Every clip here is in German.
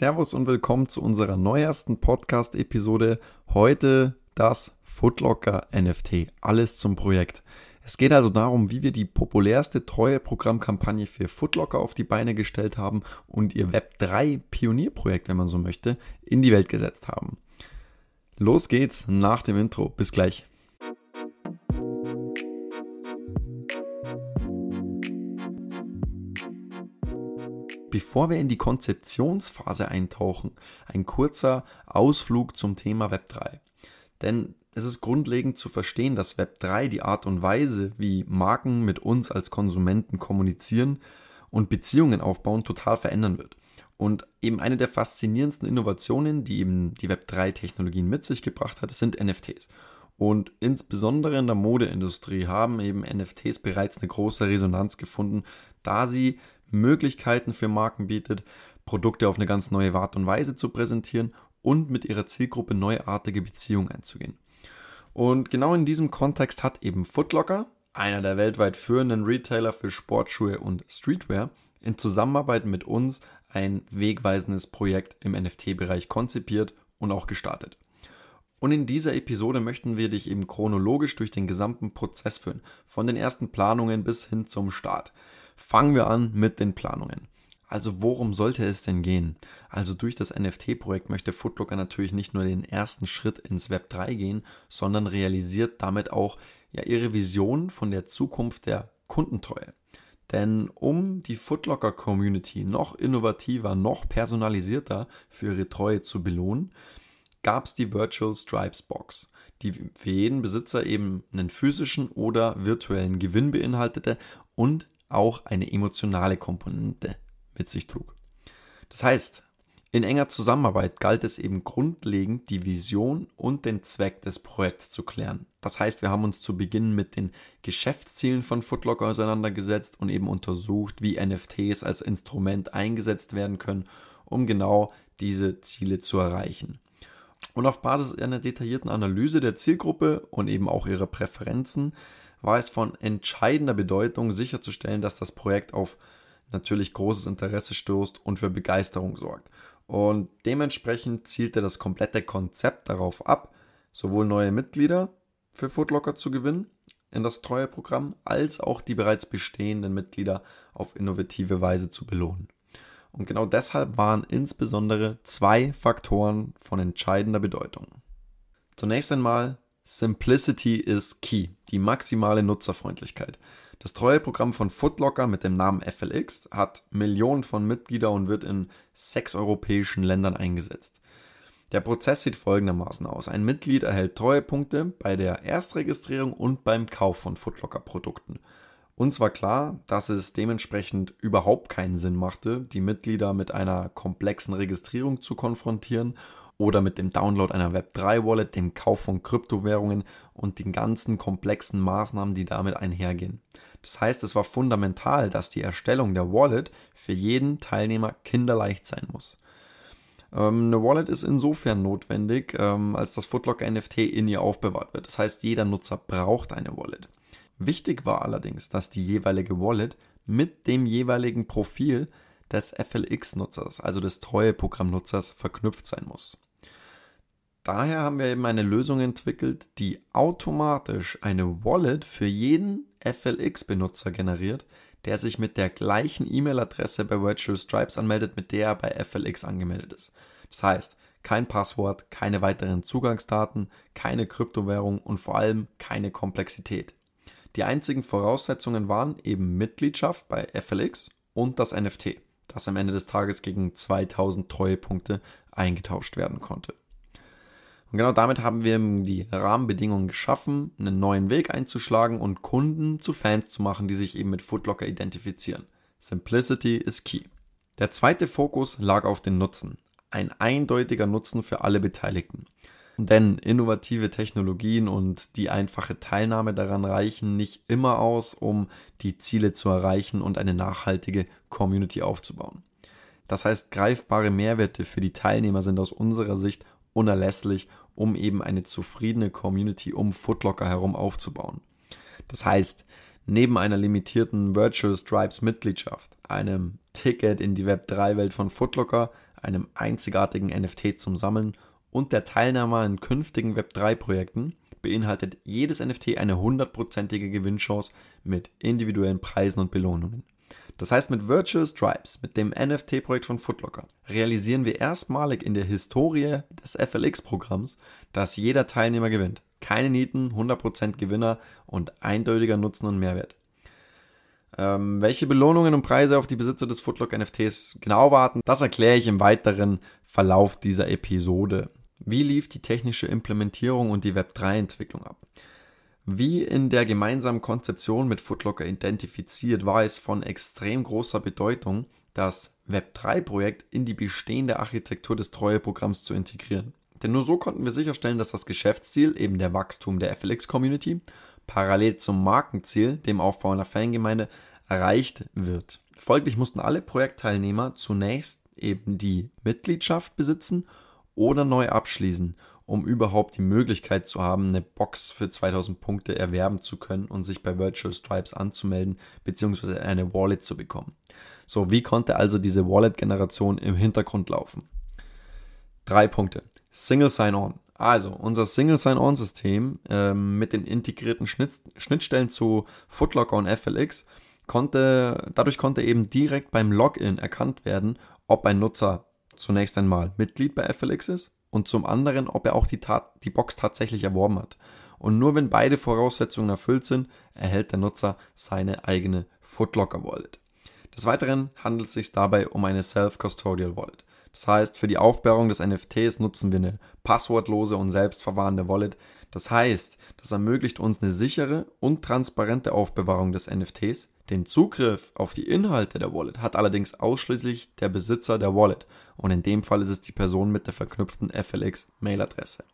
Servus und willkommen zu unserer neuesten Podcast-Episode. Heute das Footlocker NFT. Alles zum Projekt. Es geht also darum, wie wir die populärste Treueprogrammkampagne für Footlocker auf die Beine gestellt haben und ihr Web3-Pionierprojekt, wenn man so möchte, in die Welt gesetzt haben. Los geht's nach dem Intro. Bis gleich. Bevor wir in die Konzeptionsphase eintauchen, ein kurzer Ausflug zum Thema Web3. Denn es ist grundlegend zu verstehen, dass Web3 die Art und Weise, wie Marken mit uns als Konsumenten kommunizieren und Beziehungen aufbauen, total verändern wird. Und eben eine der faszinierendsten Innovationen, die eben die Web3-Technologien mit sich gebracht hat, sind NFTs. Und insbesondere in der Modeindustrie haben eben NFTs bereits eine große Resonanz gefunden, da sie Möglichkeiten für Marken bietet, Produkte auf eine ganz neue Art und Weise zu präsentieren und mit ihrer Zielgruppe neuartige Beziehungen einzugehen. Und genau in diesem Kontext hat eben Footlocker, einer der weltweit führenden Retailer für Sportschuhe und Streetwear, in Zusammenarbeit mit uns ein wegweisendes Projekt im NFT-Bereich konzipiert und auch gestartet. Und in dieser Episode möchten wir dich eben chronologisch durch den gesamten Prozess führen, von den ersten Planungen bis hin zum Start. Fangen wir an mit den Planungen. Also worum sollte es denn gehen? Also durch das NFT-Projekt möchte Footlocker natürlich nicht nur den ersten Schritt ins Web 3 gehen, sondern realisiert damit auch ihre Vision von der Zukunft der Kundentreue. Denn um die Footlocker-Community noch innovativer, noch personalisierter für ihre Treue zu belohnen, gab es die Virtual Stripes Box, die für jeden Besitzer eben einen physischen oder virtuellen Gewinn beinhaltete und auch eine emotionale Komponente mit sich trug. Das heißt, in enger Zusammenarbeit galt es eben grundlegend, die Vision und den Zweck des Projekts zu klären. Das heißt, wir haben uns zu Beginn mit den Geschäftszielen von Footlocker auseinandergesetzt und eben untersucht, wie NFTs als Instrument eingesetzt werden können, um genau diese Ziele zu erreichen. Und auf Basis einer detaillierten Analyse der Zielgruppe und eben auch ihrer Präferenzen war es von entscheidender Bedeutung, sicherzustellen, dass das Projekt auf natürlich großes Interesse stoßt und für Begeisterung sorgt. Und dementsprechend zielte das komplette Konzept darauf ab, sowohl neue Mitglieder für Footlocker zu gewinnen in das Treueprogramm, als auch die bereits bestehenden Mitglieder auf innovative Weise zu belohnen. Und genau deshalb waren insbesondere zwei Faktoren von entscheidender Bedeutung. Zunächst einmal Simplicity is key, die maximale Nutzerfreundlichkeit. Das Treueprogramm von Footlocker mit dem Namen FLX hat Millionen von Mitgliedern und wird in 6 europäischen Ländern eingesetzt. Der Prozess sieht folgendermaßen aus. Ein Mitglied erhält Treuepunkte bei der Erstregistrierung und beim Kauf von Footlocker-Produkten. Uns war klar, dass es dementsprechend überhaupt keinen Sinn machte, die Mitglieder mit einer komplexen Registrierung zu konfrontieren oder mit dem Download einer Web3-Wallet, dem Kauf von Kryptowährungen und den ganzen komplexen Maßnahmen, die damit einhergehen. Das heißt, es war fundamental, dass die Erstellung der Wallet für jeden Teilnehmer kinderleicht sein muss. Eine Wallet ist insofern notwendig, als das Footlocker NFT in ihr aufbewahrt wird. Das heißt, jeder Nutzer braucht eine Wallet. Wichtig war allerdings, dass die jeweilige Wallet mit dem jeweiligen Profil des FLX-Nutzers, also des Treueprogramm-Nutzers, verknüpft sein muss. Daher haben wir eben eine Lösung entwickelt, die automatisch eine Wallet für jeden FLX-Benutzer generiert, der sich mit der gleichen E-Mail-Adresse bei Virtual Stripes anmeldet, mit der er bei FLX angemeldet ist. Das heißt, kein Passwort, keine weiteren Zugangsdaten, keine Kryptowährung und vor allem keine Komplexität. Die einzigen Voraussetzungen waren eben Mitgliedschaft bei FLX und das NFT, das am Ende des Tages gegen 2000 Treuepunkte eingetauscht werden konnte. Und genau damit haben wir die Rahmenbedingungen geschaffen, einen neuen Weg einzuschlagen und Kunden zu Fans zu machen, die sich eben mit Footlocker identifizieren. Simplicity is key. Der zweite Fokus lag auf den Nutzen. Ein eindeutiger Nutzen für alle Beteiligten. Denn innovative Technologien und die einfache Teilnahme daran reichen nicht immer aus, um die Ziele zu erreichen und eine nachhaltige Community aufzubauen. Das heißt, greifbare Mehrwerte für die Teilnehmer sind aus unserer Sicht unerlässlich, um eben eine zufriedene Community um Footlocker herum aufzubauen. Das heißt, neben einer limitierten Virtual Stripes Mitgliedschaft, einem Ticket in die Web3-Welt von Footlocker, einem einzigartigen NFT zum Sammeln und der Teilnahme an künftigen Web3-Projekten beinhaltet jedes NFT eine 100%ige Gewinnchance mit individuellen Preisen und Belohnungen. Das heißt, mit Virtual Stripes, mit dem NFT-Projekt von Footlocker, realisieren wir erstmalig in der Historie des FLX-Programms, dass jeder Teilnehmer gewinnt. Keine Nieten, 100% Gewinner und eindeutiger Nutzen und Mehrwert. Welche Belohnungen und Preise auf die Besitzer des Footlocker-NFTs genau warten, das erkläre ich im weiteren Verlauf dieser Episode. Wie lief die technische Implementierung und die Web3-Entwicklung ab? Wie in der gemeinsamen Konzeption mit Footlocker identifiziert, war es von extrem großer Bedeutung, das Web3-Projekt in die bestehende Architektur des Treueprogramms zu integrieren. Denn nur so konnten wir sicherstellen, dass das Geschäftsziel, eben der Wachstum der FLX-Community, parallel zum Markenziel, dem Aufbau einer Fangemeinde, erreicht wird. Folglich mussten alle Projektteilnehmer zunächst eben die Mitgliedschaft besitzen oder neu abschließen, um überhaupt die Möglichkeit zu haben, eine Box für 2000 Punkte erwerben zu können und sich bei Virtual Stripes anzumelden bzw. eine Wallet zu bekommen. So, wie konnte also diese Wallet-Generation im Hintergrund laufen? 3 Punkte. Single Sign-On. Also unser Single Sign-On-System mit den integrierten Schnittstellen zu Footlocker und FLX dadurch konnte eben direkt beim Login erkannt werden, ob ein Nutzer zunächst einmal Mitglied bei FLX ist und zum anderen, ob er auch die Box tatsächlich erworben hat. Und nur wenn beide Voraussetzungen erfüllt sind, erhält der Nutzer seine eigene Footlocker Wallet. Des Weiteren handelt es sich dabei um eine Self-Custodial Wallet. Das heißt, für die Aufbewahrung des NFTs nutzen wir eine passwortlose und selbstverwahrende Wallet. Das heißt, das ermöglicht uns eine sichere und transparente Aufbewahrung des NFTs. Den Zugriff auf die Inhalte der Wallet hat allerdings ausschließlich der Besitzer der Wallet und in dem Fall ist es die Person mit der verknüpften FLX-Mailadresse.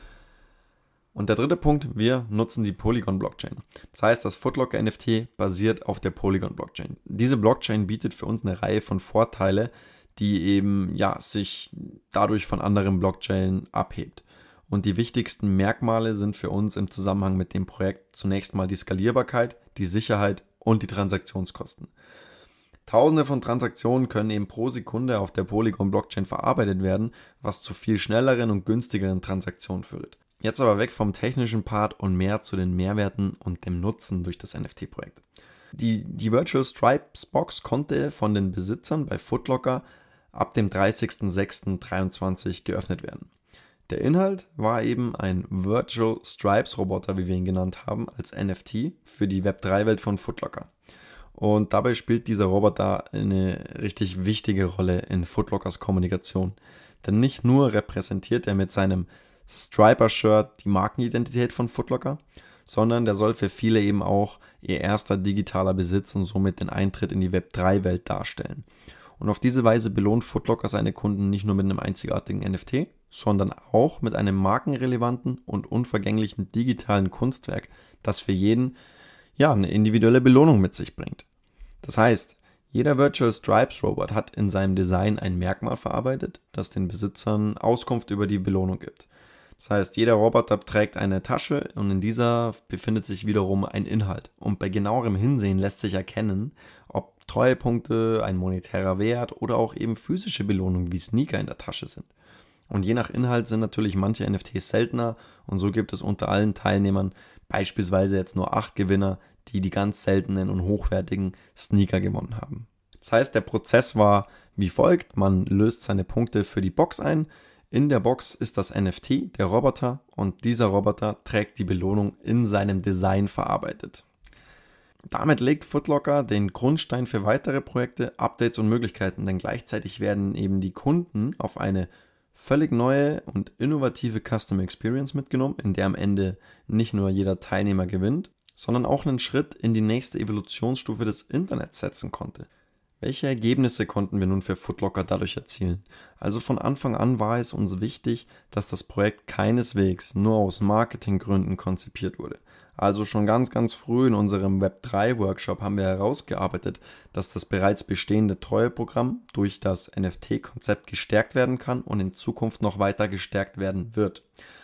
Und der dritte Punkt, wir nutzen die Polygon-Blockchain. Das heißt, das Footlocker NFT basiert auf der Polygon-Blockchain. Diese Blockchain bietet für uns eine Reihe von Vorteile, die eben sich dadurch von anderen Blockchains abhebt. Und die wichtigsten Merkmale sind für uns im Zusammenhang mit dem Projekt zunächst mal die Skalierbarkeit, die Sicherheit und die Transaktionskosten. Tausende von Transaktionen können eben pro Sekunde auf der Polygon-Blockchain verarbeitet werden, was zu viel schnelleren und günstigeren Transaktionen führt. Jetzt aber weg vom technischen Part und mehr zu den Mehrwerten und dem Nutzen durch das NFT-Projekt. Die Virtual Stripes Box konnte von den Besitzern bei Footlocker ab dem 30.06.2023 geöffnet werden. Der Inhalt war eben ein Virtual Stripes Roboter, wie wir ihn genannt haben, als NFT für die Web3-Welt von Footlocker. Und dabei spielt dieser Roboter eine richtig wichtige Rolle in Footlockers Kommunikation. Denn nicht nur repräsentiert er mit seinem Striper-Shirt die Markenidentität von Footlocker, sondern der soll für viele eben auch ihr erster digitaler Besitz und somit den Eintritt in die Web3-Welt darstellen. Und auf diese Weise belohnt Footlocker seine Kunden nicht nur mit einem einzigartigen NFT, sondern auch mit einem markenrelevanten und unvergänglichen digitalen Kunstwerk, das für jeden eine individuelle Belohnung mit sich bringt. Das heißt, jeder Virtual Stripes Robot hat in seinem Design ein Merkmal verarbeitet, das den Besitzern Auskunft über die Belohnung gibt. Das heißt, jeder Roboter trägt eine Tasche und in dieser befindet sich wiederum ein Inhalt. Und bei genauerem Hinsehen lässt sich erkennen, ob Treuepunkte, ein monetärer Wert oder auch eben physische Belohnungen wie Sneaker in der Tasche sind. Und je nach Inhalt sind natürlich manche NFTs seltener und so gibt es unter allen Teilnehmern beispielsweise jetzt nur 8 Gewinner, die die ganz seltenen und hochwertigen Sneaker gewonnen haben. Das heißt, der Prozess war wie folgt: Man löst seine Punkte für die Box ein. In der Box ist das NFT, der Roboter, und dieser Roboter trägt die Belohnung in seinem Design verarbeitet. Damit legt Footlocker den Grundstein für weitere Projekte, Updates und Möglichkeiten, denn gleichzeitig werden eben die Kunden auf eine völlig neue und innovative Custom Experience mitgenommen, in der am Ende nicht nur jeder Teilnehmer gewinnt, sondern auch einen Schritt in die nächste Evolutionsstufe des Internets setzen konnte. Welche Ergebnisse konnten wir nun für Footlocker dadurch erzielen? Also von Anfang an war es uns wichtig, dass das Projekt keineswegs nur aus Marketinggründen konzipiert wurde. Also schon ganz, ganz früh in unserem Web3-Workshop haben wir herausgearbeitet, dass das bereits bestehende Treueprogramm durch das NFT-Konzept gestärkt werden kann und in Zukunft noch weiter gestärkt werden wird.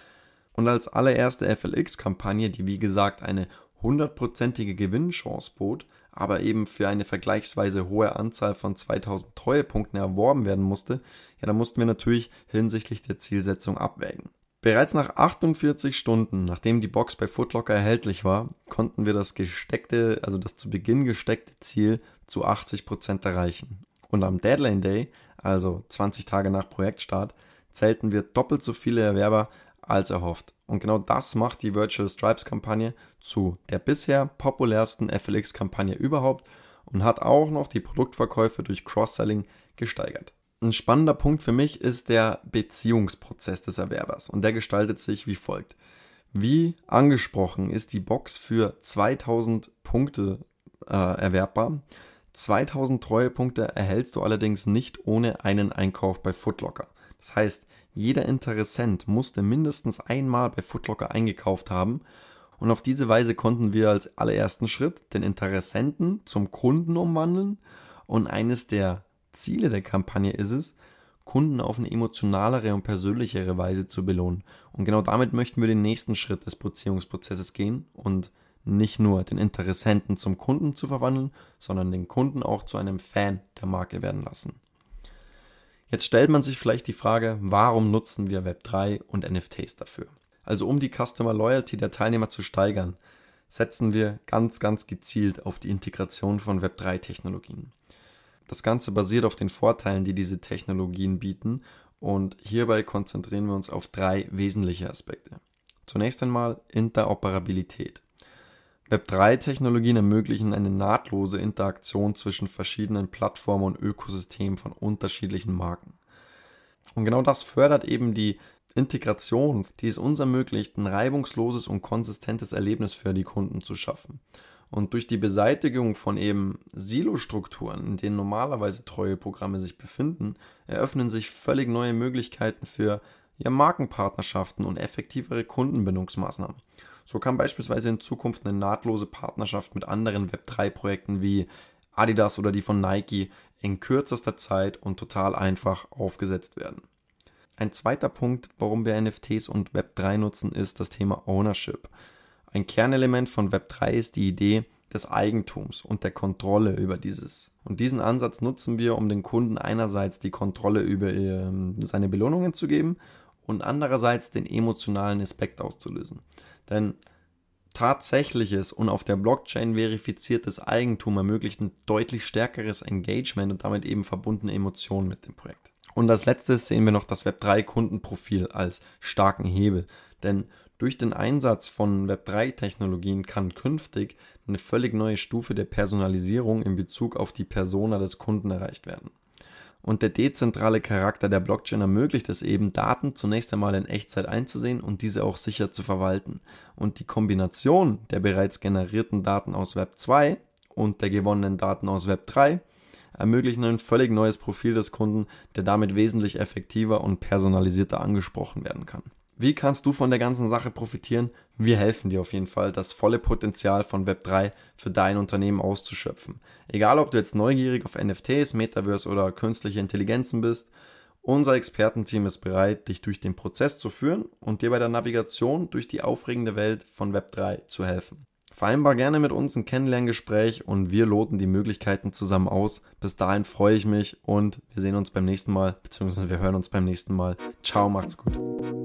Und als allererste FLX-Kampagne, die wie gesagt eine 100%ige Gewinnchance bot, aber eben für eine vergleichsweise hohe Anzahl von 2000 Treuepunkten erworben werden musste, ja, da mussten wir natürlich hinsichtlich der Zielsetzung abwägen. Bereits nach 48 Stunden, nachdem die Box bei Foot Locker erhältlich war, konnten wir das zu Beginn gesteckte Ziel zu 80% erreichen. Und am Deadline Day, also 20 Tage nach Projektstart, zählten wir doppelt so viele Erwerber als erhofft. Und genau das macht die Virtual Stripes Kampagne zu der bisher populärsten FLX-Kampagne überhaupt und hat auch noch die Produktverkäufe durch Cross-Selling gesteigert. Ein spannender Punkt für mich ist der Beziehungsprozess des Erwerbers und der gestaltet sich wie folgt. Wie angesprochen ist die Box für 2000 Punkte erwerbbar. 2000 Treuepunkte erhältst du allerdings nicht ohne einen Einkauf bei Foot Locker. Das heißt, jeder Interessent musste mindestens einmal bei Foot Locker eingekauft haben und auf diese Weise konnten wir als allerersten Schritt den Interessenten zum Kunden umwandeln und eines der Ziele der Kampagne ist es, Kunden auf eine emotionalere und persönlichere Weise zu belohnen. Und genau damit möchten wir den nächsten Schritt des Beziehungsprozesses gehen und nicht nur den Interessenten zum Kunden zu verwandeln, sondern den Kunden auch zu einem Fan der Marke werden lassen. Jetzt stellt man sich vielleicht die Frage, warum nutzen wir Web3 und NFTs dafür? Also um die Customer Loyalty der Teilnehmer zu steigern, setzen wir ganz gezielt auf die Integration von Web3-Technologien. Das Ganze basiert auf den Vorteilen, die diese Technologien bieten und hierbei konzentrieren wir uns auf 3 wesentliche Aspekte. Zunächst einmal Interoperabilität. Web3-Technologien ermöglichen eine nahtlose Interaktion zwischen verschiedenen Plattformen und Ökosystemen von unterschiedlichen Marken. Und genau das fördert eben die Integration, die es uns ermöglicht, ein reibungsloses und konsistentes Erlebnis für die Kunden zu schaffen. Und durch die Beseitigung von eben Silo-Strukturen, in denen normalerweise Treueprogramme sich befinden, eröffnen sich völlig neue Möglichkeiten für Markenpartnerschaften und effektivere Kundenbindungsmaßnahmen. So kann beispielsweise in Zukunft eine nahtlose Partnerschaft mit anderen Web3-Projekten wie Adidas oder die von Nike in kürzester Zeit und total einfach aufgesetzt werden. Ein zweiter Punkt, warum wir NFTs und Web3 nutzen, ist das Thema Ownership. Ein Kernelement von Web3 ist die Idee des Eigentums und der Kontrolle über dieses. Und diesen Ansatz nutzen wir, um den Kunden einerseits die Kontrolle über seine Belohnungen zu geben und andererseits den emotionalen Aspekt auszulösen. Denn tatsächliches und auf der Blockchain verifiziertes Eigentum ermöglicht ein deutlich stärkeres Engagement und damit eben verbundene Emotionen mit dem Projekt. Und als letztes sehen wir noch das Web3-Kundenprofil als starken Hebel, denn durch den Einsatz von Web3-Technologien kann künftig eine völlig neue Stufe der Personalisierung in Bezug auf die Persona des Kunden erreicht werden. Und der dezentrale Charakter der Blockchain ermöglicht es eben, Daten zunächst einmal in Echtzeit einzusehen und diese auch sicher zu verwalten. Und die Kombination der bereits generierten Daten aus Web 2 und der gewonnenen Daten aus Web 3 ermöglichen ein völlig neues Profil des Kunden, der damit wesentlich effektiver und personalisierter angesprochen werden kann. Wie kannst du von der ganzen Sache profitieren? Wir helfen dir auf jeden Fall, das volle Potenzial von Web3 für dein Unternehmen auszuschöpfen. Egal, ob du jetzt neugierig auf NFTs, Metaverse oder künstliche Intelligenzen bist, unser Expertenteam ist bereit, dich durch den Prozess zu führen und dir bei der Navigation durch die aufregende Welt von Web3 zu helfen. Vereinbar gerne mit uns ein Kennenlerngespräch und wir loten die Möglichkeiten zusammen aus. Bis dahin freue ich mich und wir sehen uns beim nächsten Mal, beziehungsweise wir hören uns beim nächsten Mal. Ciao, macht's gut.